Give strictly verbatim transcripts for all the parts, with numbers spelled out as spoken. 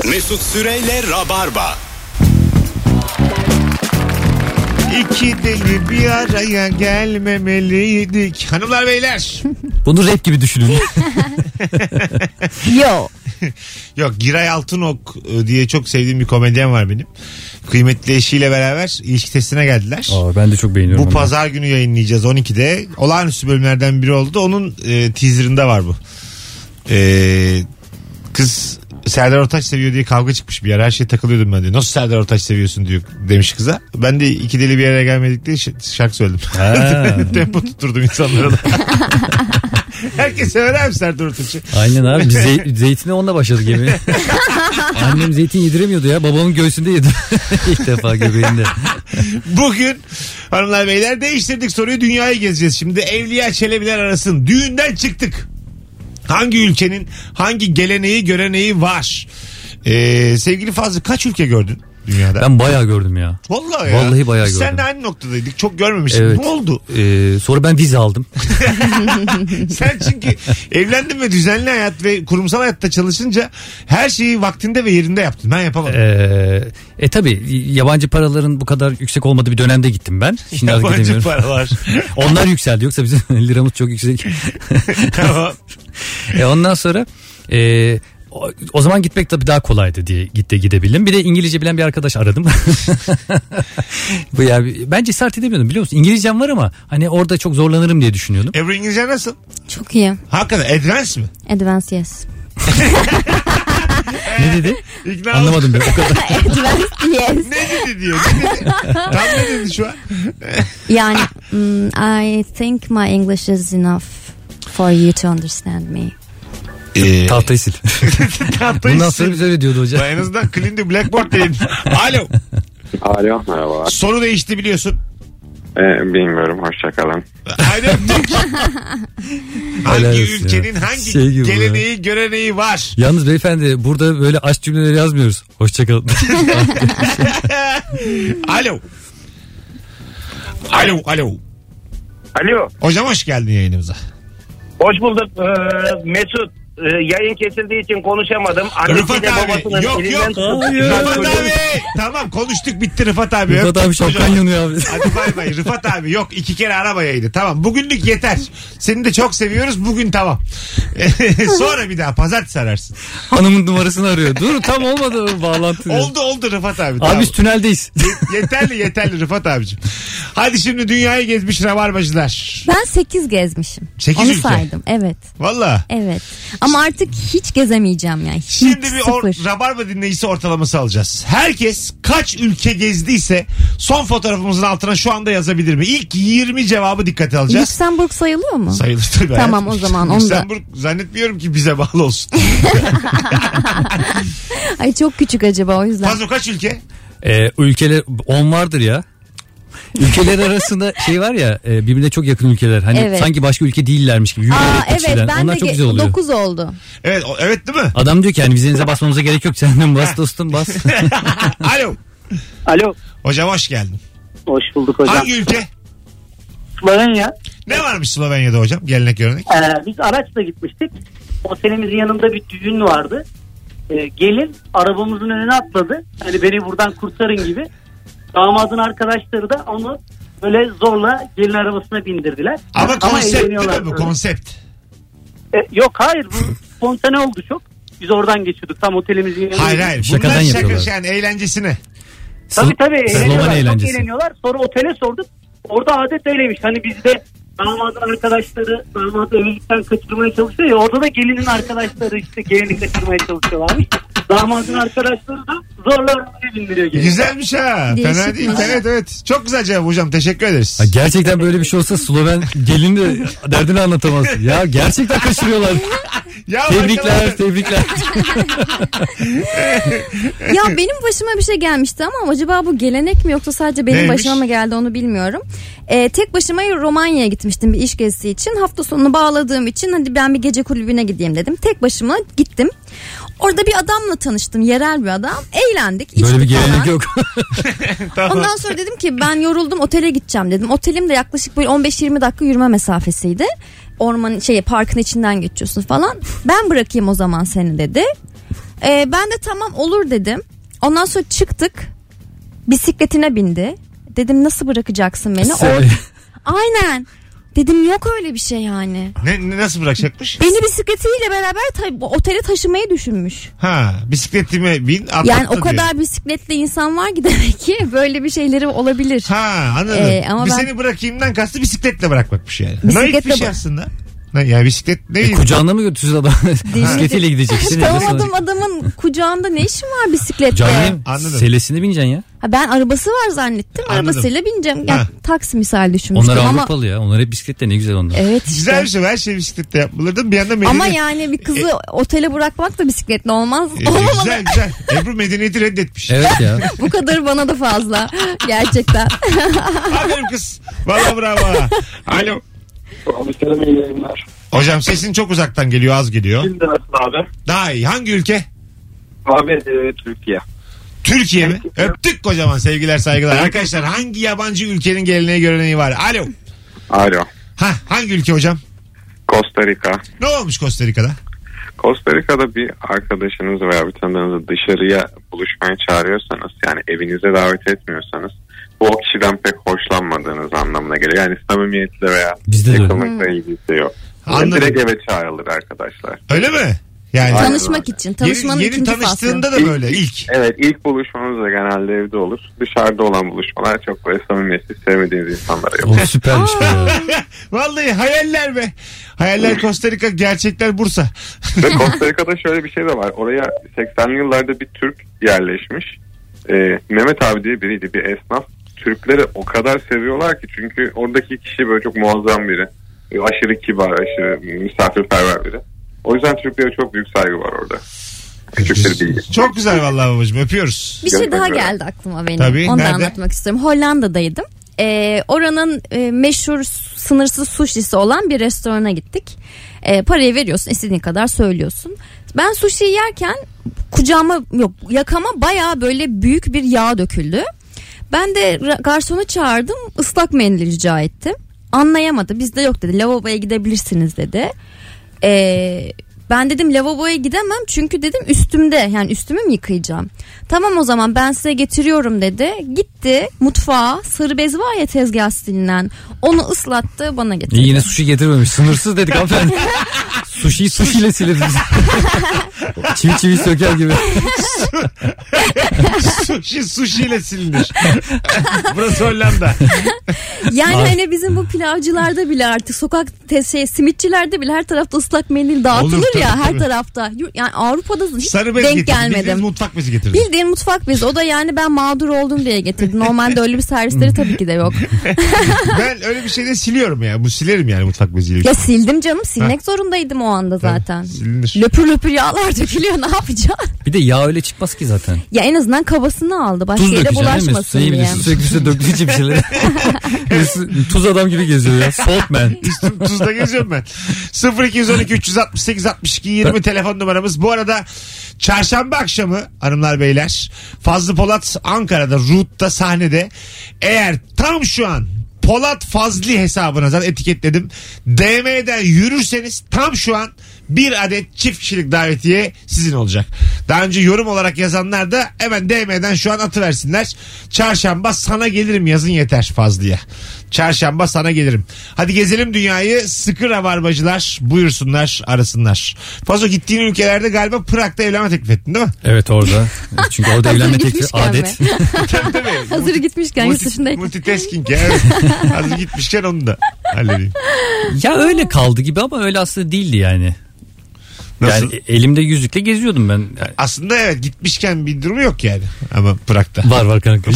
Mesut Süreyle Rabarba. İki deli bir araya gelmemeliydik. Hanımlar beyler. Bunu rap gibi düşünün. Yo. Yok, Giray Altınok diye çok sevdiğim bir komedyen var benim. Kıymetli eşiyle beraber ilişki testine geldiler. Aa, ben de çok beğeniyorum. Bu onu. pazar günü yayınlayacağız on ikide. Olağanüstü bölümlerden biri oldu. Onun e, teaserında var bu. E, kız Serdar Ortaç seviyor diye kavga çıkmış bir yer. Her şeye takılıyordum ben diyor. Nasıl Serdar Ortaç seviyorsun diyor demiş kıza. Ben de iki deli bir yere gelmedik diye şarkı söyledim. Tempo tutturdum insanlara da. Herkes sever abi Serdar Ortaç'ı. Aynen abi. Biz zey- zeytine onunla başladık yemeğe. Annem zeytin yediremiyordu ya. Babamın göğsünde yedi. İlk defa göbeğinde. Bugün hanımlar beyler değiştirdik soruyu, dünyayı gezeceğiz. Şimdi Evliya Çelebiler arasın. Düğünden çıktık. Hangi ülkenin hangi geleneği göreneği var? Ee, sevgili Fazlı, kaç ülke gördün dünyada? Ben bayağı gördüm ya. Vallahi ya. Vallahi bayağı gördüm. Sen de aynı noktadaydık. Çok görmemişsin. Evet. Ne oldu? Ee, sonra ben vize aldım. Sen çünkü evlendin ve düzenli hayat ve kurumsal hayatta çalışınca her şeyi vaktinde ve yerinde yaptın. Ben yapamadım. Ee, e tabi yabancı paraların bu kadar yüksek olmadığı bir dönemde gittim ben. Şimdi artık Yabancı gidemiyorum. paralar. Onlar yükseldi, yoksa bizim liramız çok yüksek. Tamam. e ondan sonra e, o, o zaman gitmek tabii daha kolaydı diye gitti gidebildim. Bir de İngilizce bilen bir arkadaş aradım. Bu ya, ben cesaret edemiyordum, biliyor musun? İngilizcem var ama hani orada çok zorlanırım diye düşünüyordum. Ebru, İngilizce nasıl? Çok iyi. Hakikaten advance mi? Advance yes. Ne dedi? İkna Anlamadım ben o kadar. Advance yes. Ne dedi diyor? Ne dedi? Tam ne dedi şu an? Yani mm, I think my English is enough for you to understand me. Ee, Tahtayı sil. tahtayı Bundan sil. sonra bize öyle diyordu hocam. En azından clean the blackboard değil. Alo. Alo, merhaba. Soru değişti biliyorsun. Ee, bilmiyorum, hoşçakalın. Haydi öptük. Hangi Helal olsun ülkenin ya. hangi Şey gibi geleneği göreneği var? Yalnız beyefendi, burada böyle aşk cümleleri yazmıyoruz. Hoşçakalın. Alo. Alo, alo. Alo. Hocam hoş geldin yayınımıza. Hoş bulduk ee, Mesut. Ee, yayın kesildiği için konuşamadım. Rıfat abi. Yok yok. Rıfat abi. Tamam, konuştuk, bitti Rıfat abi. Rıfat abi şapkan yanıyor abi. Hadi bay bay. Rıfat abi yok, iki kere araba yayını. Tamam, bugünlük yeter. Seni de çok seviyoruz. Bugün tamam. Sonra bir daha pazartesi ararsın. Hanımın numarasını arıyor. Dur, tam olmadı bağlantı. Oldu oldu Rıfat abi. Abi Tamam. biz tüneldeyiz. Yeterli yeterli Rıfat abicim. Hadi şimdi dünyayı gezmiş rabarbacılar. Ben sekiz gezmişim. Sekiz Onu ülke. saydım. Evet. Valla. Evet. Ama artık hiç gezemeyeceğim yani. Hiç, Şimdi bir or- sıfır. rabarba dinleyicisi ortalaması alacağız. Herkes kaç ülke gezdiyse son fotoğrafımızın altına şu anda yazabilir mi? İlk yirmi cevabı dikkate alacağız. Lüksemburg sayılıyor mu? Sayılır tabii. Tamam, hayatım. o zaman onu da. Lüksemburg zannetmiyorum ki bize bağlı olsun. Ay çok küçük acaba, o yüzden. Fazla kaç ülke? Ee, ülkeler on vardır ya. Ülkeler arasında şey var ya, e, birbirine çok yakın ülkeler. Hani Evet. sanki başka ülke değillermiş gibi. Aa, Yürüyerek evet, geçilen. ben Onlar de çok güzel oluyor. dokuz oldu. Evet o- evet değil mi? Adam diyor ki hani vizenize basmamıza gerek yok. Senden bas dostum, bas. Alo. Alo. Hocam hoş geldin. Hoş bulduk hocam. Hangi ülke? Slovenya. Ne varmış Slovenya'da hocam? Gelenek görenek. Ee, biz araçla gitmiştik. Otelimizin yanında bir düğün vardı. Ee, gelin arabamızın önüne atladı. Hani beni buradan kurtarın gibi. Damadın arkadaşları da onu böyle zorla gelin arabasına bindirdiler. Ama konsept değil eğleniyorlar mi bu? böyle. Konsept. Ee, yok hayır, bu spontane oldu çok. Biz oradan geçiyorduk tam otelimizin yanında. Hayır hayır. Şakadan Bunlar şaka, yapıyorlar. yani eğlencesine. Tabii tabii Sloven eğleniyorlar. Çok eğlencesi. eğleniyorlar. Sonra otele sorduk. Orada adet öyleymiş. Hani bizde damadın arkadaşları damadı evlilikten kaçırmaya çalışıyor ya. Orada da gelinin arkadaşları işte gelini kaçırmaya çalışıyorlarmış. Damadın arkadaşları da zorla arabaya bindiriyor gelini. Güzelmiş ha. Fena Değişikmiş. değil. Evet evet. Çok güzel cevap hocam. Teşekkür ederiz. Ha, gerçekten böyle bir şey olsa Sloven gelin de derdini anlatamaz. Ya gerçekten kaçırıyorlar. Ya Tebrikler, arkadaşlar, tebrikler. Ya benim başıma bir şey gelmişti ama acaba bu gelenek mi yoksa sadece benim Neymiş? başıma mı geldi onu bilmiyorum. Ee, tek başıma Romanya'ya gitmiştim bir iş gezisi için. Hafta sonunu bağladığım için hadi ben bir gece kulübüne gideyim dedim. Tek başıma gittim. Orada bir adamla tanıştım, yerel bir adam. Eğlendik, içtik Böyle bir falan. gelenek yok. Tamam. Ondan sonra dedim ki ben yoruldum, otele gideceğim dedim. Otelim de yaklaşık böyle on beş yirmi dakika yürüme mesafesiydi. Ormanın şey parkın içinden geçiyorsun falan. Ben bırakayım o zaman seni dedi. Ee, ben de tamam olur dedim. Ondan sonra çıktık. Bisikletine bindi. Dedim nasıl bırakacaksın beni? Sen- Or- Aynen. Dedim yok öyle bir şey yani. Ne, ne- nasıl bırakacakmış? Beni bisikletiyle beraber ta- otele taşımayı düşünmüş. Ha, bisikletime bin atlattı Yani o diyor. kadar bisikletli insan var ki demek ki böyle bir şeyleri olabilir. Ha, anladım. Ee, ama bir ben- seni bırakayımdan kastı bisikletle bırakmakmış yani. Bisikletle Naif bir şey bı- aslında. Ne, yani bisiklet ne E, bileyim. kucağına mı götürsün adam? Bisikletiyle gidecek. İşte ne diyorsun? Tanımadığım adamın kucağında ne işin var bisikletle? Canım Anladım. selesini bineceksin ya. Ha, ben arabası var zannettim. Anladım. Arabasıyla bineceğim. Ha. Yani, taksi misal düşünmüştüm Onlar ama. Avrupalı ya. Onlar hep bisikletle, ne güzel onlar. Evet işte. Güzel bir şey. Her şey bisikletle yapmalıdır. Bir yandan Ama medeni- yani bir kızı otele bırakmak da bisikletle olmaz. E, Olmamalı. güzel güzel. Ebru medeniyeti reddetmiş. Evet ya. Bu kadar bana da fazla. Gerçekten. Aferin kız. Valla bravo. Alo. Abi selam, iyi yayınlar. Hocam sesin çok uzaktan geliyor, az geliyor. Şimdi nasıl abi? Daha iyi. Hangi ülke? Abi e, Türkiye. Türkiye mi? Öptük kocaman, sevgiler saygılar. Arkadaşlar hangi yabancı ülkenin geleneği göreneği var? Alo. Alo. Ha, hangi ülke hocam? Costa Rica. Ne olmuş Costa Rica'da? Costa Rica'da bir arkadaşınız veya bir tanıdığınızı dışarıya buluşmaya çağırıyorsanız, yani evinize davet etmiyorsanız, bu o kişiden pek hoşlanmadığınız anlamına geliyor. Yani samimiyetle veya Bizde de öyle. yakınlıkla ilgisi yok. Yani Anladım. direkt eve çağrılır arkadaşlar. Öyle mi? Yani Aynen. Tanışmak için. Tanışmanın yeni, yeni ikinci faslı. tanıştığında da böyle ilk. Evet, ilk buluşmanız da genelde evde olur. Dışarıda olan buluşmalar çok böyle samimiyetsiz, sevmediğiniz insanlara O yapılır. süpermiş be ya. Vallahi hayaller be. Hayaller Costa Rica, gerçekler Bursa. Ve Costa Rica'da şöyle bir şey de var. Oraya seksenli yıllarda bir Türk yerleşmiş. Ee, Mehmet abi diye biriydi, bir esnaf. Türkleri o kadar seviyorlar ki, çünkü oradaki kişi böyle çok muazzam biri. Ee, aşırı kibar, aşırı misafirperver biri. O yüzden Türklere çok büyük saygı var orada. Küçük bir bilgi. Çok güzel vallahi babacığım, öpüyoruz. Bir şey Görüşmek daha üzere. geldi aklıma benim. Tabii, Onu da nerede? anlatmak istiyorum. Hollanda'daydım. Ee, oranın e, meşhur sınırsız sushisi olan bir restorana gittik. Ee, parayı veriyorsun, istediğin kadar söylüyorsun. Ben sushi yerken kucağıma yok yakama bayağı böyle büyük bir yağ döküldü. Ben de ra- garsonu çağırdım, ıslak mendil rica ettim. Anlayamadı, bizde yok dedi, lavaboya gidebilirsiniz dedi. Ee, ben dedim lavaboya gidemem çünkü dedim üstümde, yani üstümü mü yıkayacağım? Tamam o zaman ben size getiriyorum dedi. Gitti mutfağa, sarı bez var ya tezgah stilinden, onu ıslattı bana getirdi. İyi, yine sushi getirmemiş. Sınırsız dedik hanımefendi. Sushi'yi sushi ile siliriz. Çivi çivi söker gibi. sushi, sushi ile silinir. Burası Hollanda. Yani Ay. hani bizim bu pilavcılarda bile artık sokak te- şey, simitçilerde bile her tarafta ıslak mendil dağıtılır Olur, tabii, ya her tabii. tarafta. Yani Avrupa'da hiç Sarı bez denk getirdim. gelmedim. Bildiğiniz mutfak bezi getirdim. Bildiğin mutfak bezi. O da yani ben mağdur oldum diye getirdim. Normalde öyle bir servisleri tabii ki de yok. Ben öyle bir şeyde siliyorum ya. Bu silerim yani mutfak beziyle. Ya sildim canım. Silmek zorundaydım o anda zaten. Silinir. Löpür löpür yağlar dökülüyor. Ne yapacağım? Bir de yağ öyle çıkmaz ki zaten. Ya en azından kabasını aldı. Başka Tuz yere dökeceksin değil mi? bulaşmasın Sürekli, diye. sürekli üstüne döktüğü için bir şeyleri. Tuz adam gibi geziyor ya. Salt man. Üstüm tuzda geziyorum ben. sıfır iki on iki üç altı sekiz altmış iki yirmi telefon numaramız. Bu arada çarşamba akşamı hanımlar beyler, Fazlı Polat Ankara'da Root'ta sahnede. Eğer tam şu an Polat Fazlı hesabına zaten etiketledim, D M'den yürürseniz tam şu an bir adet çift kişilik davetiye sizin olacak. Daha önce yorum olarak yazanlar da hemen D M'den şu an atıversinler. Çarşamba sana gelirim yazın yeter Fazlı'ya. Çarşamba sana gelirim. Hadi gezelim dünyayı. Sıkı rabarbacılar buyursunlar, arasınlar. Fazla gittiğin ülkelerde galiba Prag'da evlenme teklif ettin değil mi? Evet orada. Çünkü orada Hazır evlenme teklifi gitmişken adet. mi? Tabii tabii. Hazır gitmişken yurt dışındayken. Multitasking ya. Evet. Hazır gitmişken onu da halledeyim. Ya öyle kaldı gibi ama öyle aslında değildi yani. Nasıl? Yani elimde yüzükle geziyordum ben. Yani Aslında evet, gitmişken bir durumu yok yani. Ama Prag'da. var var kanka.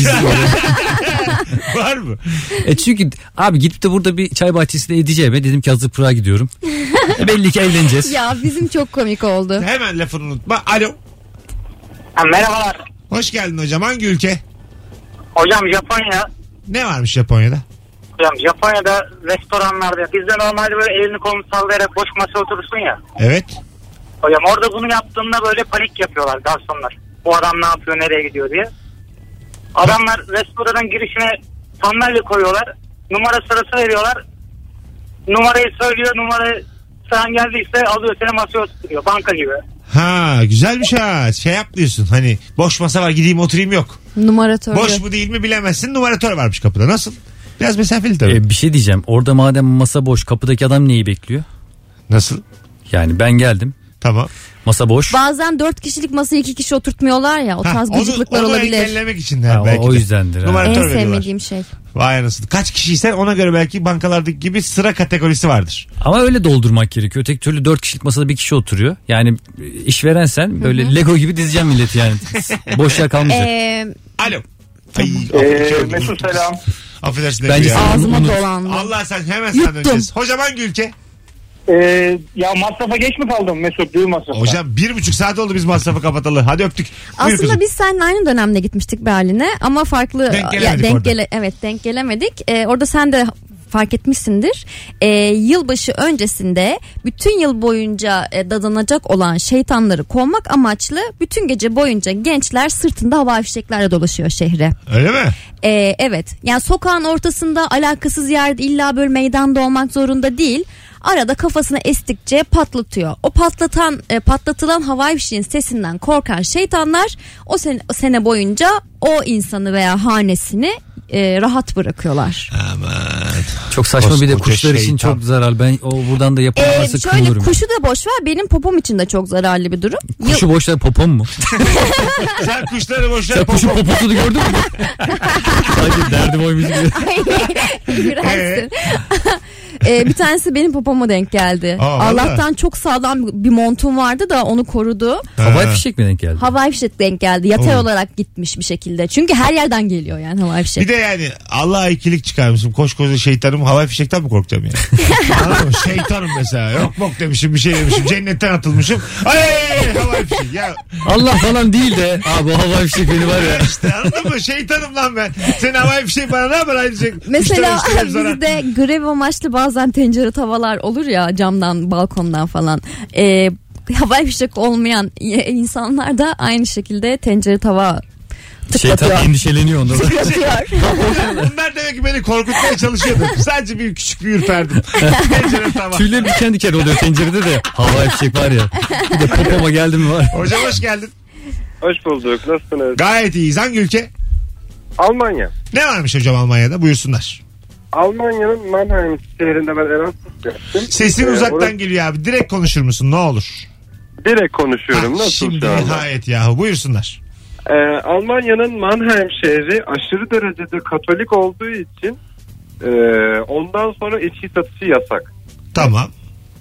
Var mı? E çünkü abi gidip de burada bir çay bahçesinde edeceğime dedim ki hazır Prag'a gidiyorum. E belli ki evleneceğiz. Ya bizim çok komik oldu. Hemen lafını unutma. Alo. Ha, merhabalar. Hoş geldin hocam. Hangi ülke? Hocam Japonya. Ne varmış Japonya'da? Hocam Japonya'da restoranlarda bizde normalde böyle elini kolunu sallayarak boş masaya oturursun ya. Evet. Hocam orada bunu yaptığında böyle panik yapıyorlar garsonlar. Bu adam ne yapıyor, nereye gidiyor diye. Adamlar restoranın girişine sandalye koyuyorlar. Numara sırası veriyorlar. Numarayı söylüyor. Numarayı sen geldiyse alıyor seni masaya oturuyor. Banka gibi. Ha güzelmiş ha. Şey yap diyorsun. Hani boş masa var gideyim oturayım yok. Numaratör. Boş mu değil mi bilemezsin. Numaratör varmış kapıda. Nasıl? Biraz mesafeli tabii. Ee, bir şey diyeceğim. Orada madem masa boş, kapıdaki adam neyi bekliyor? Nasıl? Yani ben geldim. Tamam. Masa boş. Bazen dört kişilik masaya iki kişi oturtmuyorlar ya. O Ha, tarz onu, gıcıklıklar onu olabilir. engellemek için de Ha, belki o, o de. yüzdendir. ha. Numaratör En veriyorlar. sevmediğim şey. Vay anasını. Kaç kişiysen ona göre belki bankalardaki gibi sıra kategorisi vardır. Ama öyle doldurmak gerekiyor. Tek türlü dört kişilik masada bir kişi oturuyor. Yani işveren sen böyle Lego gibi dizeceksin milleti yani. Boş yer kalmayacak. Ee, Alo. Ay, Ee, affedersin. Mesut selam. Affedersin. Bence ya. sen- ağzıma Unut. dolandı. Allah sen hemen Yuttum. sana döneceğiz. Hocam hangi ülke? Ee, ya masrafa geç mi kaldın Mesut? Düğün masrafa. Hocam bir buçuk saat oldu biz masrafı kapatalı. Hadi öptük. Buyur Aslında kızım. biz seninle aynı dönemde gitmiştik Berlin'e ama farklı Denk gelemedik denk orada. gele- evet denk gelemedik. Ee, orada sen de fark etmişsindir. Ee, yılbaşı öncesinde bütün yıl boyunca e, dadanacak olan şeytanları kovmak amaçlı bütün gece boyunca gençler sırtında havai fişeklerle dolaşıyor şehre. Öyle mi? Ee, evet. Yani sokağın ortasında alakasız yerde illa böyle meydanda olmak zorunda değil. Arada kafasına estikçe patlatıyor. O patlatan e, patlatılan havai fişeğin sesinden korkan şeytanlar o sene, o sene boyunca o insanı veya hanesini e, rahat bırakıyorlar. Aman. Çok saçma bir de Koskoca kuşlar için şeytan. çok zararlı. Ben o buradan da Ee, yapılması şöyle kınıyorum. kuşu da boş ver, benim popom için de çok zararlı bir durum. Yıl- Kuşu boş ver popom mu? Sen kuşları boş ver. Sen kuşun popom. poposunu gördün mü? Sanki derdim oymuş gibi. Gülersin. Ee, bir tanesi benim popoma denk geldi. Aa, Allah'tan vallahi. çok sağlam bir montum vardı da onu korudu. Havai Ha. fişek mi denk geldi? Havai fişek denk geldi. Yatay Oo. olarak gitmiş bir şekilde. Çünkü her yerden geliyor yani havai fişek. Bir de yani Allah'a ikilik çıkarmışım. Koskoca şeytanım havai fişekten mi korkacağım yani? Anladın mı? Şeytanım mesela. Yok bok demişim bir şey demişim. Cennetten atılmışım. Ay havai fişek. Ya Allah falan değil de. Abi o havai fişek beni var ya. işte anladın mı? Şeytanım lan ben. Senin havai fişek bana ne yapar ayrıca? Mesela Üç tane üç tane bizde grev amaçlı bazen tencere tavalar olur ya, camdan balkondan falan. Ee, havai fişek olmayan insanlar da aynı şekilde tencere tava Şeytan tıklatıyor. endişeleniyor onda da. Tıklatıyor. Bunlar demek ki beni korkutmaya çalışıyordu. Sadece bir küçük bir ürperdim. Tencere tamam. Tüyleri diken diken oluyor tencerede de. Havai fişek var ya. Bir de popoma geldi mi var. Hocam hoş geldin. Hoş bulduk. Nasılsınız? Gayet iyiyiz. Hangi ülke? Almanya. Ne varmış hocam Almanya'da? Buyursunlar. Almanya'nın Mannheim şehrinde ben Erasmus yaptım. Sesin Ee, uzaktan orası- geliyor abi. Direkt konuşur musun? Ne olur? Direkt konuşuyorum. Ah, Nasıl şimdi şu anda? nihayet yahu. Buyursunlar. Ee, Almanya'nın Mannheim şehri aşırı derecede Katolik olduğu için e, ondan sonra içki satışı yasak. Tamam.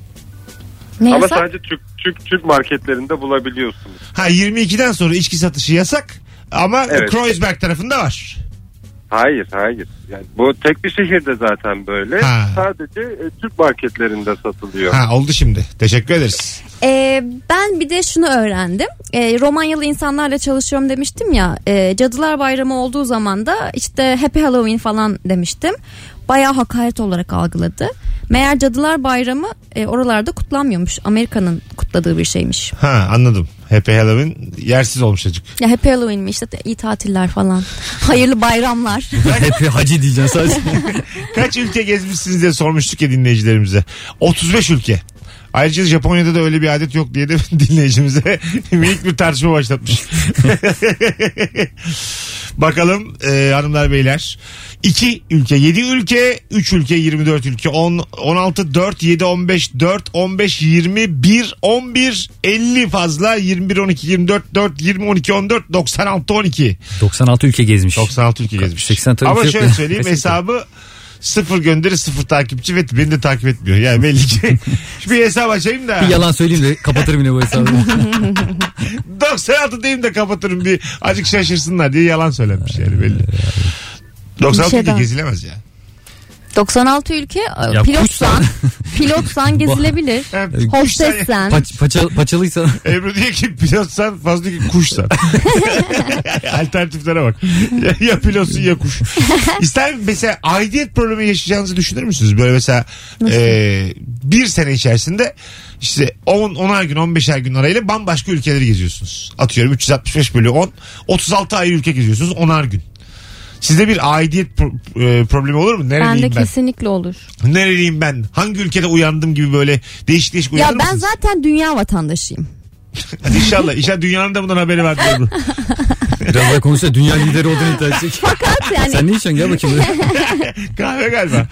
Ne Ama yasak? sadece Türk, Türk, Türk marketlerinde bulabiliyorsunuz. Ha yirmi ikiden sonra içki satışı yasak. Ama Evet. Kreuzberg tarafında var. Hayır hayır. Yani bu tek bir şehirde zaten böyle. Ha. Sadece e, Türk marketlerinde satılıyor. Ha oldu şimdi. Teşekkür ederiz. Ee, ben bir de şunu öğrendim. Ee, Romanyalı insanlarla çalışıyorum demiştim ya. E, Cadılar Bayramı olduğu zaman da işte Happy Halloween falan demiştim. Bayağı hakaret olarak algıladı. Meğer Cadılar Bayramı e, oralarda kutlanmıyormuş. Amerika'nın kutladığı bir şeymiş. Ha anladım. Happy Halloween yersiz olmuş çocuk. Ya Happy Halloween mi işte, iyi tatiller falan. Hayırlı bayramlar. Hep hacı diyeceksin sadece. Kaç ülke gezmişsiniz diye sormuştuk ya dinleyicilerimize. otuz beş ülke. Ayrıca Japonya'da da öyle bir adet yok diye de dinleyicimize minik bir tartışma başlatmış. Bakalım e, hanımlar beyler. iki ülke yedi ülke, üç ülke yirmi dört ülke, on, on altı, dört, yedi, on beş, dört, on beş, yirmi bir, on bir, elli fazla, yirmi bir, on iki, yirmi dört, dört, yirmi, on iki, on dört, doksan altı, on iki. doksan altı ülke gezmiş. doksan altı ülke gezmiş. seksen tabii Ama yok şöyle ya. söyleyeyim Kesinlikle. hesabı sıfır gönderi sıfır takipçi ve beni de takip etmiyor. Yani belli ki bir hesap açayım da Bir yalan söyleyeyim de kapatırım yine bu hesabı. doksan altı diyeyim de kapatırım bir acık şaşırsınlar diye yalan söylenmiş yani belli. doksan altı Bir şey ülke daha. gezilemez ya. doksan altı ülke Ya pilotsan pilotsan gezilebilir. Yani kuşsan, Hostessen. Paç, paça, paçalıysa. Ebru diyor ki pilotsan fazla diyor ki kuşsan. Alternatiflere bak. Ya, ya pilotsun ya kuş. İster mesela aidiyet problemi yaşayacağınızı düşünür müsünüz? Böyle mesela e, bir sene içerisinde işte on, onar gün on beşer gün arayla bambaşka ülkeleri geziyorsunuz. Atıyorum üç yüz altmış beş bölü on otuz altı ayrı ülke geziyorsunuz onar gün. Sizde bir aidiyet pro- e, problemi olur mu? Nereliyim Bende ben? kesinlikle olur. Nereliyim ben? Hangi ülkede uyandım gibi böyle değişik değişik Ya uyanır ben mısınız? zaten dünya vatandaşıyım. Hadi inşallah. İnşallah dünyanın da bundan haberi vardır Ebru. Biraz daha konuşsa dünya lideri olduğunu iddia edecek. Fakat yani Sen ne içiyorsun gel bakayım. Kahve galiba.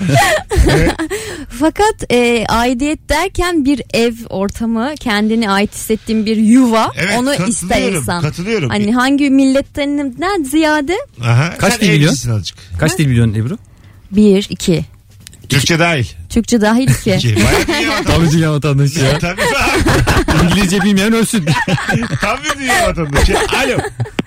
fakat e, aidiyet derken bir ev ortamı, kendini ait hissettiğin bir yuva, Evet, onu ister katılıyorum, insan. katılıyorum. Hani hangi milletten ziyade Aha, Kaç sen dil biliyorsun? evlisin azıcık. Kaç dil biliyorsun Ebru? bir, iki. Türkçe dahil. Türkçe dahil iki. İki. Bayağı dünya vatandaşı. Tabii dünya vatandaşı ya. Tabii. İngilizce bilmeyen ölsün. Tam bir dünya vatandaşı. Alo.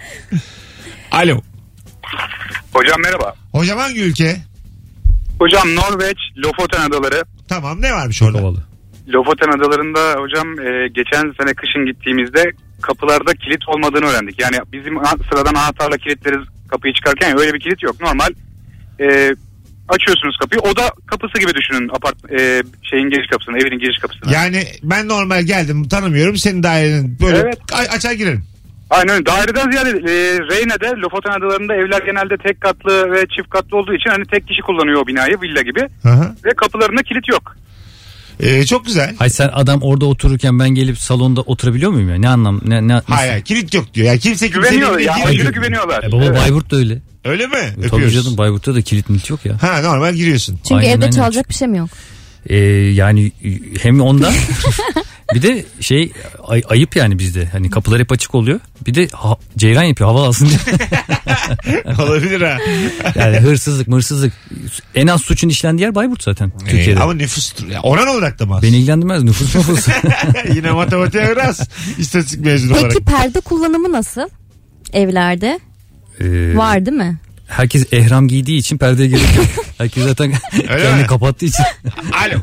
Alo. Hocam merhaba. Hocam hangi ülke? Hocam Norveç, Lofoten Adaları. Tamam, ne varmış orada? Havalı. Lofoten Adaları'nda hocam e, geçen sene kışın gittiğimizde kapılarda kilit olmadığını öğrendik. Yani bizim sıradan anahtarla kilitleriz kapıyı çıkarken, öyle bir kilit yok. Normal e, açıyorsunuz kapıyı. Oda kapısı gibi düşünün, apart e, şeyin giriş kapısını, evinin giriş kapısını. Yani ben normal geldim, tanımıyorum, senin dairenin böyle Evet. a- açar girerim. Aynen öyle. Daireden ziyade e, Reyne'de, Lofoten Adaları'nda evler genelde tek katlı ve çift katlı olduğu için hani tek kişi kullanıyor o binayı, villa gibi. Aha. Ve kapılarında kilit yok. Ee, çok güzel. Hayır sen adam orada otururken ben gelip salonda oturabiliyor muyum ya? Ne anlam? Ne, ne, nasıl? Hayır, hayır, kilit yok diyor. Yani kimse kimsenin Güveniyorlar evine ya. girmiyor. Aşırı güveniyorlar. E baba Evet. Bayburt da öyle. Öyle mi? Tabii Öpüyoruz. canım Bayburt'ta da kilit milit yok ya. Ha, normal giriyorsun. Çünkü Aynen, evde aynen. çalacak bir şey mi yok? Ee, yani hem ondan bir de şey ay- ayıp yani bizde. Hani kapılar hep açık oluyor. Bir de ha, ceyran yapıyor hava alsın diye. Olabilir ha. Yani hırsızlık mırsızlık en az suçun işlendiği yer Bayburt zaten Türkiye'de. Ee, ama nüfustur. Ya, oran olarak da mı az? Beni ilgilendirmez nüfus nüfus. Yine matematiğe biraz. İstatistik mezunu olarak. Peki perde kullanımı nasıl? Evlerde Ee, var değil mi? Herkes ehram giydiği için perdeye gerek yok. Herkes zaten kendini mi? kapattığı için. Alo.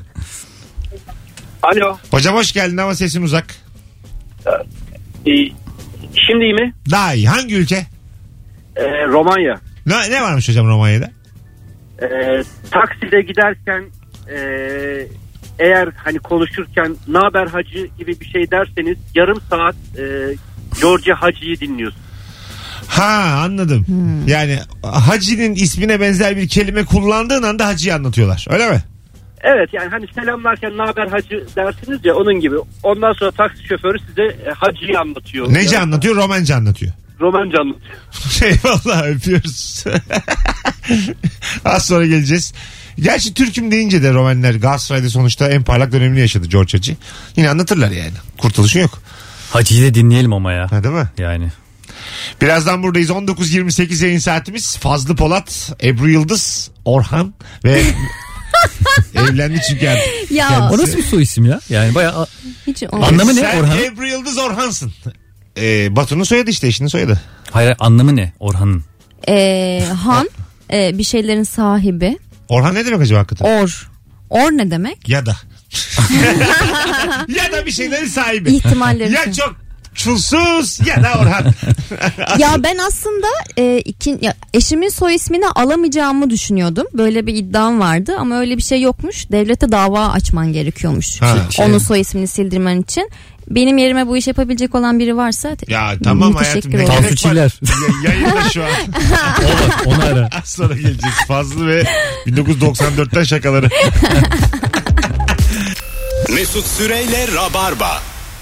Alo. Hocam hoş geldin ama sesin uzak. Ee, şimdi iyi mi? Daha iyi. Hangi ülke? Ee, Romanya. Ne, ne varmış hocam Romanya'da? Ee, takside giderken e, eğer hani konuşurken ne haber hacı gibi bir şey derseniz yarım saat e, Georgia Hacı'yı dinliyorsun. Ha, anladım. Hmm. Yani hacinin ismine benzer bir kelime kullandığın anda hacıyı anlatıyorlar. Öyle mi? Evet, yani hani selamlarken ne haber hacı dersiniz ya, onun gibi. Ondan sonra taksi şoförü size e, hacıyı anlatıyor. Nece Yani anlatıyor? Romanca anlatıyor. Romanca anlatıyor. Eyvallah, öpüyoruz. Az sonra geleceğiz. Gerçi Türk'üm deyince de Romanlar Galatasaray'da sonuçta en parlak dönemini yaşadı George Hacı. Yine anlatırlar yani. Kurtuluşu yok. Hacı'yı da dinleyelim ama ya. Ha, değil mi? Yani. Birazdan buradayız. on dokuz yirmi sekiz yayın saatimiz. Fazlı Polat, Ebru Yıldız, Orhan ve evlendi çünkü artık. Ya O nasıl bir soy isim ya? Yani bayağı hiç o- Anlamı ne Sen Orhan? Ebru Yıldız Orhan'sın. Ee, Batu'nun soyadı işte, eşinin soyadı. hayır anlamı ne Orhan'ın? Ee, Han e, bir şeylerin sahibi. Orhan ne demek acaba hakikaten? Or. Or ne demek? Ya da. Ya da bir şeylerin sahibi. İhtimalleri. Ya çok çulsuz ya da Orhan. Ya ben aslında e, iki, ya eşimin soy ismini alamayacağımı düşünüyordum. Böyle bir iddiam vardı ama öyle bir şey yokmuş. Devlete dava açman gerekiyormuş. Ha. Şey- Onun soy ismini sildirmen için. Benim yerime bu iş yapabilecek olan biri varsa Ya tamam hayatım, müteşekkir ne ederim. gerek Tansu var? Çiller. Ya- Yayında şu an. O bak onu ara. Az sonra geleceğiz. Fazlı ve bin dokuz yüz doksan dörtten şakaları. Mesut Süreyle Rabarba.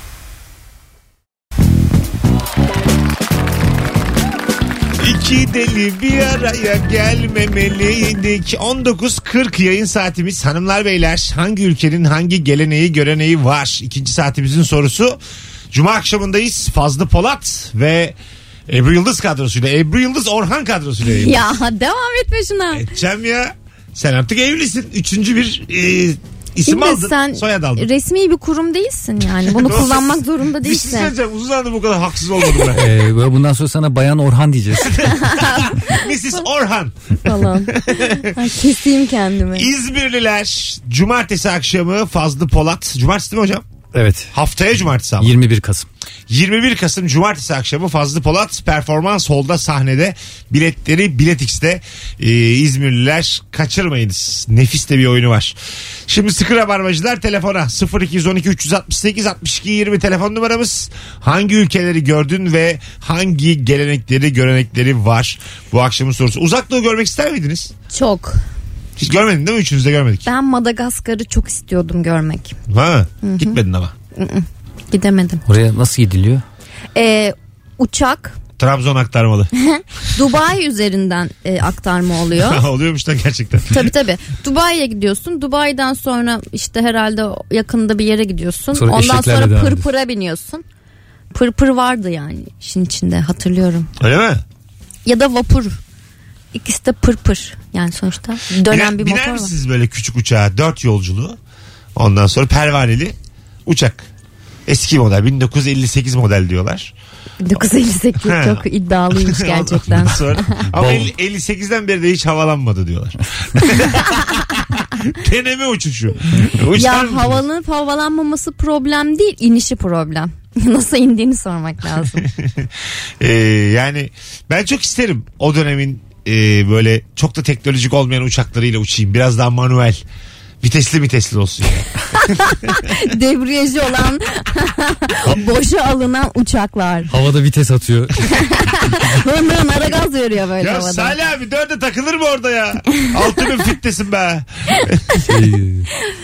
İki deli bir araya gelmemeliydik. on dokuz kırk yayın saatimiz. Hanımlar beyler, hangi ülkenin hangi geleneği göreneği var? İkinci saatimizin sorusu. Cuma akşamındayız. Fazlı Polat ve Ebru Yıldız kadrosuyla. Ebru Yıldız Orhan kadrosuyla yayındayız. Ya devam etme şuna. Edeceğim ya. Sen artık evlisin. Üçüncü bir e, isim Yine aldın. sen Soyad aldın. resmi bir kurum değilsin yani. Bunu kullanmak zorunda Bir şey değilsin. söyleyeceğim. Uzun zamandır bu kadar haksız olmadım ben. Ee, böyle bundan sonra sana Bayan Orhan diyeceğiz. missis Orhan. Falan. Ay, keseyim kendimi. İzmirliler cumartesi akşamı Fazlı Polat. Cumartesi değil mi hocam? Evet. Haftaya cumartesi ama. yirmi bir Kasım. yirmi bir Kasım cumartesi akşamı Fazlı Polat performans holda sahnede. Biletleri Bilet X'te. Ee, İzmirliler kaçırmayınız. Nefis de bir oyunu var. Şimdi sıkı rabarbacılar telefona sıfır iki on iki üç altı sekiz altmış iki yirmi telefon numaramız. Hangi ülkeleri gördün ve hangi gelenekleri görenekleri var? Bu akşamın sorusu. Uzak Doğu görmek ister miydiniz? Çok. Hiç görmedin değil mi? Üçünüz de görmedik. Ben Madagaskar'ı çok istiyordum görmek. Ha, gitmedin ama. Gidemedim. Oraya nasıl gidiliyor? Ee, uçak Trabzon aktarmalı. Dubai üzerinden e, aktarma oluyor. Oluyormuş da gerçekten. Tabii tabii. Dubai'ye gidiyorsun. Dubai'den sonra işte herhalde yakında bir yere gidiyorsun. Sonra Ondan eşeklerle sonra devam pırpıra biniyorsun. Pırpır vardı yani işin içinde, hatırlıyorum. Öyle mi? Ya da vapur. İkisi de pırpır. Yani sonuçta dönen biner, bir biner motor var. misiniz böyle küçük uçağa? Dört yolculuğu. Ondan sonra pervaneli uçak. Eski model. bin dokuz yüz elli sekiz model diyorlar. bin dokuz yüz elli sekiz çok iddialıymış gerçekten. Ondan sonra, ama elli, elli sekizden beri de hiç havalanmadı diyorlar. Deneme uçuşu. Uçar Ya mı? havalanıp havalanmaması problem değil, inişi problem. Nasıl indiğini sormak lazım. ee, yani ben çok isterim o dönemin e, böyle çok da teknolojik olmayan uçaklarıyla uçayım. Biraz daha manuel. Vitesli vitesli olsun yani. Debriyajı olan boşa alınan uçaklar. Havada vites atıyor. Hırnırın ara gaz veriyor böyle Ya havada. Salih abi dörde takılır mı orada ya? Altı bin fittesin be. Şey,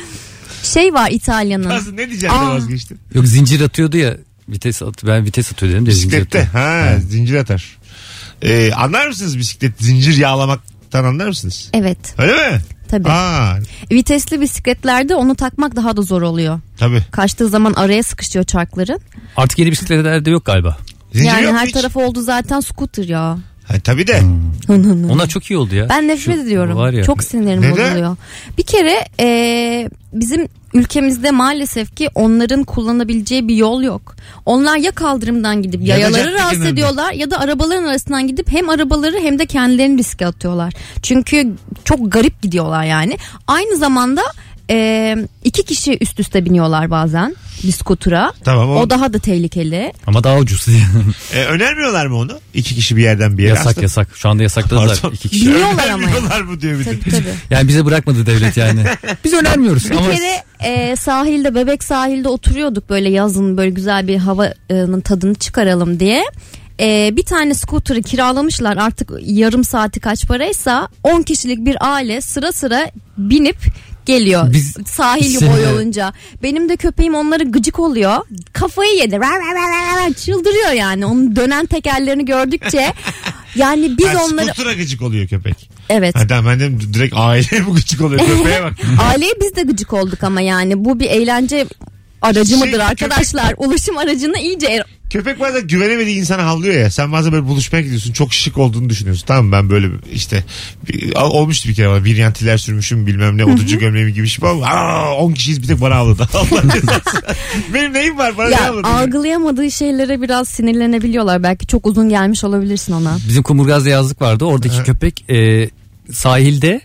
Şey var İtalya'nın. Nasıl, ne diyeceğim de vazgeçtin? yok zincir atıyordu ya. Vites at, ben vites atıyor dedim de zincir Bisiklette. atıyor. Ha, Evet. zincir atar. Ee, anlar mısınız bisiklet zincir yağlamaktan anlar mısınız? Evet. Öyle mi? Tabii. Aa, Vitesli bisikletlerde onu takmak daha da zor oluyor. tabii. Kaçtığı zaman araya sıkışıyor çarkların. Artık yeni bisikletlerde yok galiba. Zincir yani yok mu her hiç? tarafı oldu zaten scooter ya. Ha, tabii de. Onlar çok iyi oldu ya. Ben nefret Şu- ediyorum. var ya. Çok sinirim Neden? bozuluyor. Bir kere e, bizim ülkemizde maalesef ki onların kullanabileceği bir yol yok. Onlar ya kaldırımdan gidip Ya da yayaları cadde rahatsız kenarında. ediyorlar ya da arabaların arasından gidip hem arabaları hem de kendilerini riske atıyorlar. Çünkü çok garip gidiyorlar yani. Aynı zamanda e, iki kişi üst üste biniyorlar bazen bir skutura. Tamam, o- O daha da tehlikeli. Ama daha ucuz. Ee, önermiyorlar mı onu? İki kişi bir yerden bir yere. yasak Aslında- yasak. Şu anda yasakladılar Pardon. iki kişi. Biliyorlar ama. Önermiyorlar mı diyor bir de. Tabii tabii. Yani bize bırakmadı devlet yani. Biz önermiyoruz Bir ama kere e, sahilde Bebek sahilde oturuyorduk böyle yazın böyle güzel bir havanın tadını çıkaralım diye. E, bir tane scooter'ı kiralamışlar artık yarım saati kaç paraysa on kişilik bir aile sıra sıra binip geliyor Biz- sahil işte- boyu olunca. Benim de köpeğim onları gıcık oluyor. Kafayı yedi. Rar, rar, rar, rar, çıldırıyor yani. Onun dönen tekerlerini gördükçe. Yani biz Ha, onları skutura gıcık oluyor köpek. evet. Ha, tamam, ben de direkt aileye mi gıcık oluyor köpeğe bak. Aileye biz de gıcık olduk ama yani bu bir eğlence aracı Şey, mıdır arkadaşlar? Ulaşım aracını iyice er- Köpek bazen güvenemediği insana havlıyor ya. Sen bazen böyle buluşmaya gidiyorsun. Çok şık olduğunu düşünüyorsun. Tamam mı? Ben böyle işte bir- olmuştu bir kere bana. Viryantiler sürmüşüm bilmem ne. Otucu gömleğimi giymişim. Aa, on kişiyiz bir tek bana havladı. Allah cezası. Benim neyim var? Bana ne ya havladı? algılayamadığı şeylere biraz sinirlenebiliyorlar. Belki çok uzun gelmiş olabilirsin ona. bizim Kumburgaz'da yazlık vardı. Oradaki Ha. köpek e, sahilde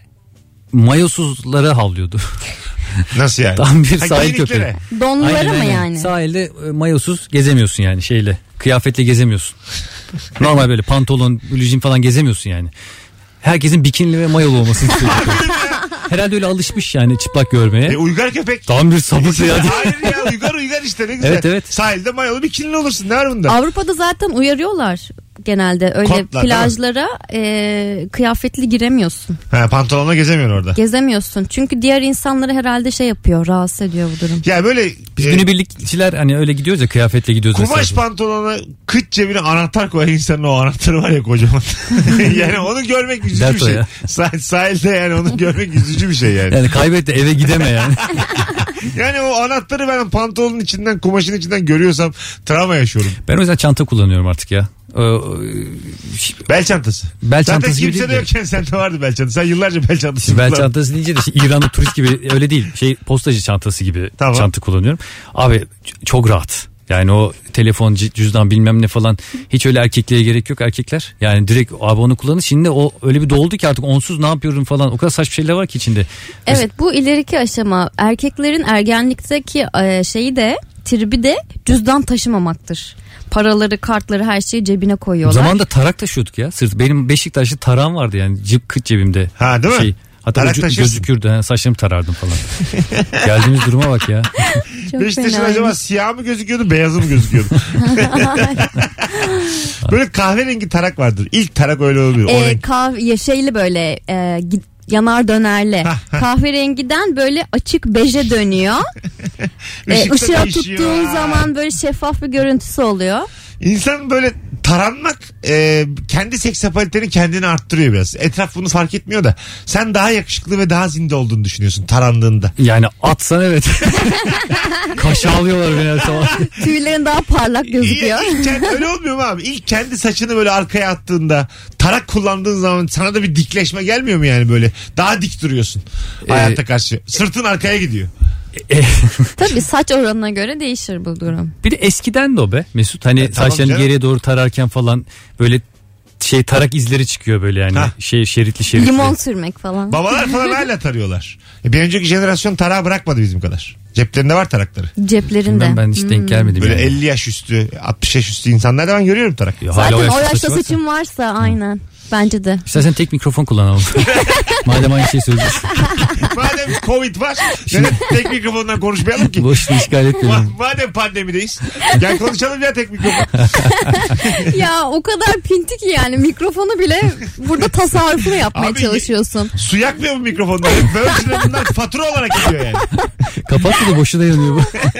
mayosuzlara havlıyordu. Nasıl yani? Tam bir Ha, sahil geyliklere. köpeği. Donluları Aynen, mı aynen. yani? Sahilde e, mayosuz gezemiyorsun yani şeyle. Kıyafetle gezemiyorsun. Normal böyle pantolon, blujin falan gezemiyorsun yani. Herkesin bikinli ve mayolu olmasını istiyor. Herhalde öyle alışmış yani çıplak görmeye. E, uygar köpek. Tam bir sapık ya. Hayır ya, uygar uygar işte, ne güzel. Evet, evet. Sahilde mayalı bikinli olursun, ne var bunda? Avrupa'da zaten uyarıyorlar genelde öyle Kodlar, plajlara e, kıyafetli giremiyorsun. Ha, pantolonla gezemiyorsun orada. Gezemiyorsun. Çünkü diğer insanları herhalde şey yapıyor, rahatsız ediyor bu durum. Ya böyle Biz e, günübirlikçiler hani öyle gidiyoruz ya kıyafetle gidiyoruz. kumaş mesela. pantolona kıç cebine anahtar koyan insanın o anahtarı var ya kocaman. Yani onu görmek üzücü Dert bir o şey. ya. Sah- sahilde yani onu görmek üzücü bir şey yani. Yani kaybet de eve gideme yani. Yani o anahtarı ben pantolonun içinden, kumaşın içinden görüyorsam travma yaşıyorum. Ben o yüzden çanta kullanıyorum artık ya. Ee, Bel çantası. Bel Zaten çantası gibi kimse değil de de. yokken sende vardı bel çantası. Sen yıllarca bel çantası Bel kullandın. çantası deyince de şey, İranlı turist gibi öyle değil. Şey postacı çantası gibi Tamam. çanta kullanıyorum. Abi ç- çok rahat. Yani o telefon, c- cüzdan bilmem ne falan hiç öyle erkekliğe gerek yok erkekler. Yani direkt abi onu kullanın. Şimdi o öyle bir doldu ki artık onsuz ne yapıyorum falan. O kadar saçma şeyler var ki içinde. Evet, bu ileriki aşama erkeklerin ergenlikteki e, şeyi de tribi de cüzdan taşımamaktır. Paraları, kartları, her şeyi cebine koyuyorlar. Zamanında tarak taşıyorduk ya. Sırt benim Beşiktaşlı tarağım vardı yani. Cip kıç cebimde. Ha, değil mi? Şey, hatta Tarak ucu taşırsın. gözükürdü. Ha, saçlarımı tarardım falan. Geldiğimiz duruma bak ya. Çok Beşiktaş'ın fenaymış. acaba siyah mı gözüküyordu, beyazı mı gözüküyordu? Böyle kahverengi tarak vardır. İlk tarak öyle oluyor. O E, renk. kahve, ya şeyli böyle e, git- yanar dönerli. Kahverengiden böyle açık beje dönüyor. e, Işık da ışığa değişiyor. tuttuğun zaman böyle şeffaf bir görüntüsü oluyor. İnsan böyle taranmak e, kendi seks apaliteni kendini arttırıyor biraz. Etraf bunu fark etmiyor da sen daha yakışıklı ve daha zinde olduğunu düşünüyorsun tarandığında. Yani atsan evet. Kaş alıyorlar beni her sabah. Tüylerin daha parlak gözüküyor. İlk, ilk kendi, öyle olmuyor mu abi? İlk kendi saçını böyle arkaya attığında tarak kullandığın zaman sana da bir dikleşme gelmiyor mu yani böyle? Daha dik duruyorsun hayata Ee, karşı. Sırtın arkaya gidiyor. Tabii saç oranına göre değişir bu durum. Bir de eskiden de o be Mesut. Hani E, tamam saçlarını canım. geriye doğru tararken falan böyle şey tarak izleri çıkıyor böyle yani. Ha. Şey şeritli şeritli. Limon sürmek falan. Babalar falan hala tarıyorlar. E, bir önceki jenerasyon tarağı bırakmadı bizim kadar. Ceplerinde var tarakları. Ceplerinde. Ben, ben hiç denk gelmedim. Böyle yani. elli yaş üstü, altmış yaş üstü insanlar da ben görüyorum tarak. Ya, hala Zaten o yaşta yaşta saçı varsa. saçın varsa aynen. Bence de. İstersen tek mikrofon kullanalım. Madem aynı şey söyleyeceğiz. Madem Covid var, neden tek mikrofondan konuşmayalım ki? Boşuna işgal etmeyelim. Ma- madem pandemideyiz. Gel konuşalım ya tek mikrofon. Ya o kadar pinti ki yani mikrofonu bile burada tasarrufunu yapmaya Abi, çalışıyorsun. Su yakmıyor mu mikrofonlar? Böyle bunlar fatura olarak gidiyor yani. Kapatma da boşuna yanıyor bu.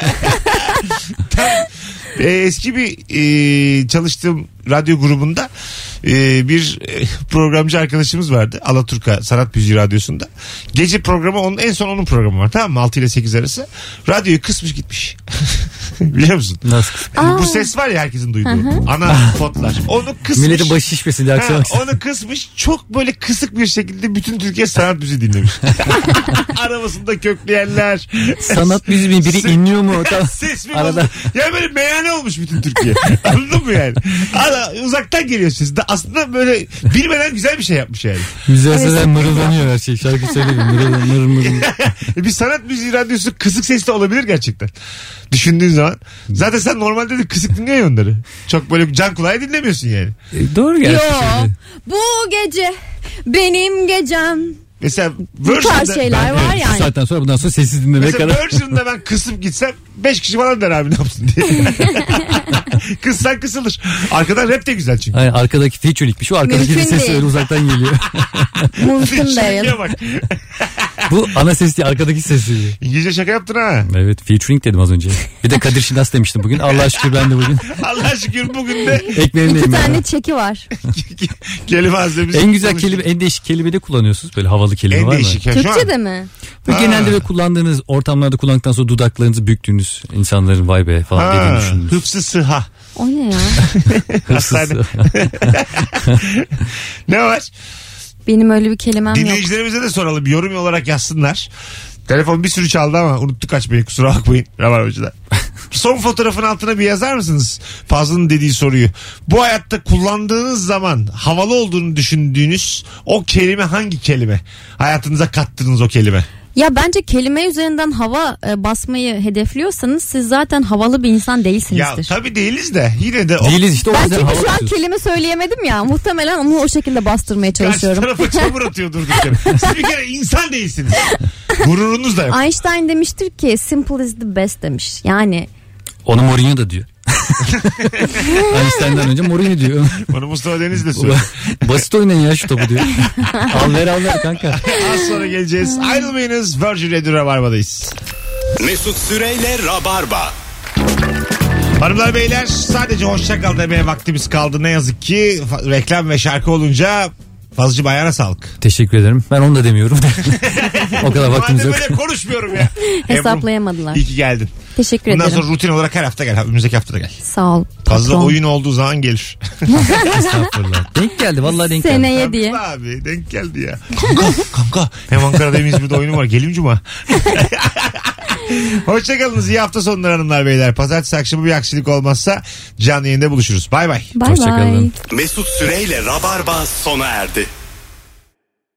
Ee, eski bir e, çalıştığım radyo grubunda e, bir e, programcı arkadaşımız vardı. Alaturka Sanat Müziği Radyosu'nda. Gece programı onun en son onun programı var, tamam mı? altı ile sekiz arası. Radyoyu kısmış gitmiş. Biliyor musun? Nasıl? Yani bu ses var ya herkesin duyduğu. Ana potlar. Onu kısmış. Milletin başı şişmesin diye akşam Ha, akşam. onu kısmış. Çok böyle kısık bir şekilde bütün Türkiye sanat müziği dinlemiş. Arabasında kökleyenler. Sanat müziği biri inliyor mu? Tamam. Ses mi Arada. bozuldu? Ya böyle meyhane olmuş bütün Türkiye. Anladın mı yani? Ara, uzaktan geliyor ses. Da aslında böyle bilmeden güzel bir şey yapmış yani. Müziğe sezen mırıldanıyor her şey. Şarkı söylüyor. Mırıl mırıl mırıl. Bir sanat müziği radyosu kısık sesli olabilir gerçekten. Düşündüğün zaman. Zaten sen normalde de kısık dinliyor ya onları. Çok böyle can kulağı dinlemiyorsun yani. E, doğru gerçi. Yo, bu gece benim gecem. Mesela Bu tarz version'da, şeyler var Şu yani. saatten sonra bundan sonra sessiz dinlemeye mesela karar. version'da ben kısıp gitsem beş kişi falan der abi ne yapsın diye. Kıssan kısılır. Arkadan rap de güzel çünkü. Hayır, arkadaki feature'likmiş. O arkadaki Mümkün ses değil. öyle uzaktan geliyor. Mümkün değil. Şarkıya bak. Bu ana ses değil, arkadaki ses değil. İngilizce şaka yaptın ha. Evet, featuring dedim az önce. Bir de Kadir Şinas demiştim bugün. Allah'a şükür ben de bugün Allah şükür bugün de ekmeğimdeyim. İki yani. tane çeki var. kelime hazırlamış. En güzel kelime, en değişik kelime de kullanıyorsunuz. Böyle havalı kelime En var mı? değişik. Ya, şu an Türkçe de mi? Böyle Ha. genelde böyle kullandığınız ortamlarda kullandıktan sonra dudaklarınızı büktüğünüz insanların vay be falan dediğini Ha, düşündünüz. hıfzı sıha. O ne ya? Hastane. Ne var? Benim öyle bir kelimem yok. Dinleyicilerimize de soralım. Yorum olarak yazsınlar. Telefon bir sürü çaldı ama unuttuk açmayı. Kusura bakmayın. Rabarbacılar. Son fotoğrafın altına bir yazar mısınız? Fazlı'nın dediği soruyu. Bu hayatta kullandığınız zaman havalı olduğunu düşündüğünüz o kelime hangi kelime? Hayatınıza kattığınız o kelime. Ya bence kelime üzerinden hava e, basmayı hedefliyorsanız siz zaten havalı bir insan Ya değilsinizdir. tabii değiliz de yine de o Değiliz işte o Ben yüzden çünkü hava şu an basıyoruz. kelime söyleyemedim ya. Muhtemelen onu o şekilde bastırmaya karşı çalışıyorum. tarafa çamur atıyor durduk yere. Siz bir kere insan değilsiniz. Gururunuz da yok. Einstein demiştir ki simple is the best demiş. Yani Onu Mourinho da diyor. Einstein'dan önce Mourinho diyor. Onu Mustafa Deniz de söylüyor. Basit oynayın ya şu topu diyor. Al ver al ver kanka. Az sonra geleceğiz. Ayrılmayınız. Virgin Radio Rabarba'dayız. Mesut Süreyle Rabarba. Hanımlar beyler sadece hoşça kal demeye vaktimiz kaldı. Ne yazık ki Fa- reklam ve şarkı olunca Fazlıcığım ayağına sağlık. Teşekkür ederim. Ben onu da demiyorum. O kadar vaktimiz Madem yok. böyle konuşmuyorum ya. hesaplayamadılar. Ebru, iyi ki geldin. Teşekkür Bundan ederim. sonra rutin olarak her hafta gel. Önümüzdeki hafta da gel. Sağ ol. Fazla patron. oyun olduğu zaman gelir. Estağfurullah. Denk geldi vallahi denk geldi. Seneye diye. Tabii abi denk geldi ya. Kanka kanka. Hem Ankara'da hem İzmir'de oyunum var. Gelim cuma. Hoşçakalınız. İyi hafta sonları hanımlar beyler. Pazartesi akşamı bir aksilik olmazsa canlı yayında buluşuruz. Bay bay. Bay Hoşça bay. kalın. Mesut Süreyle Rabarba sona erdi.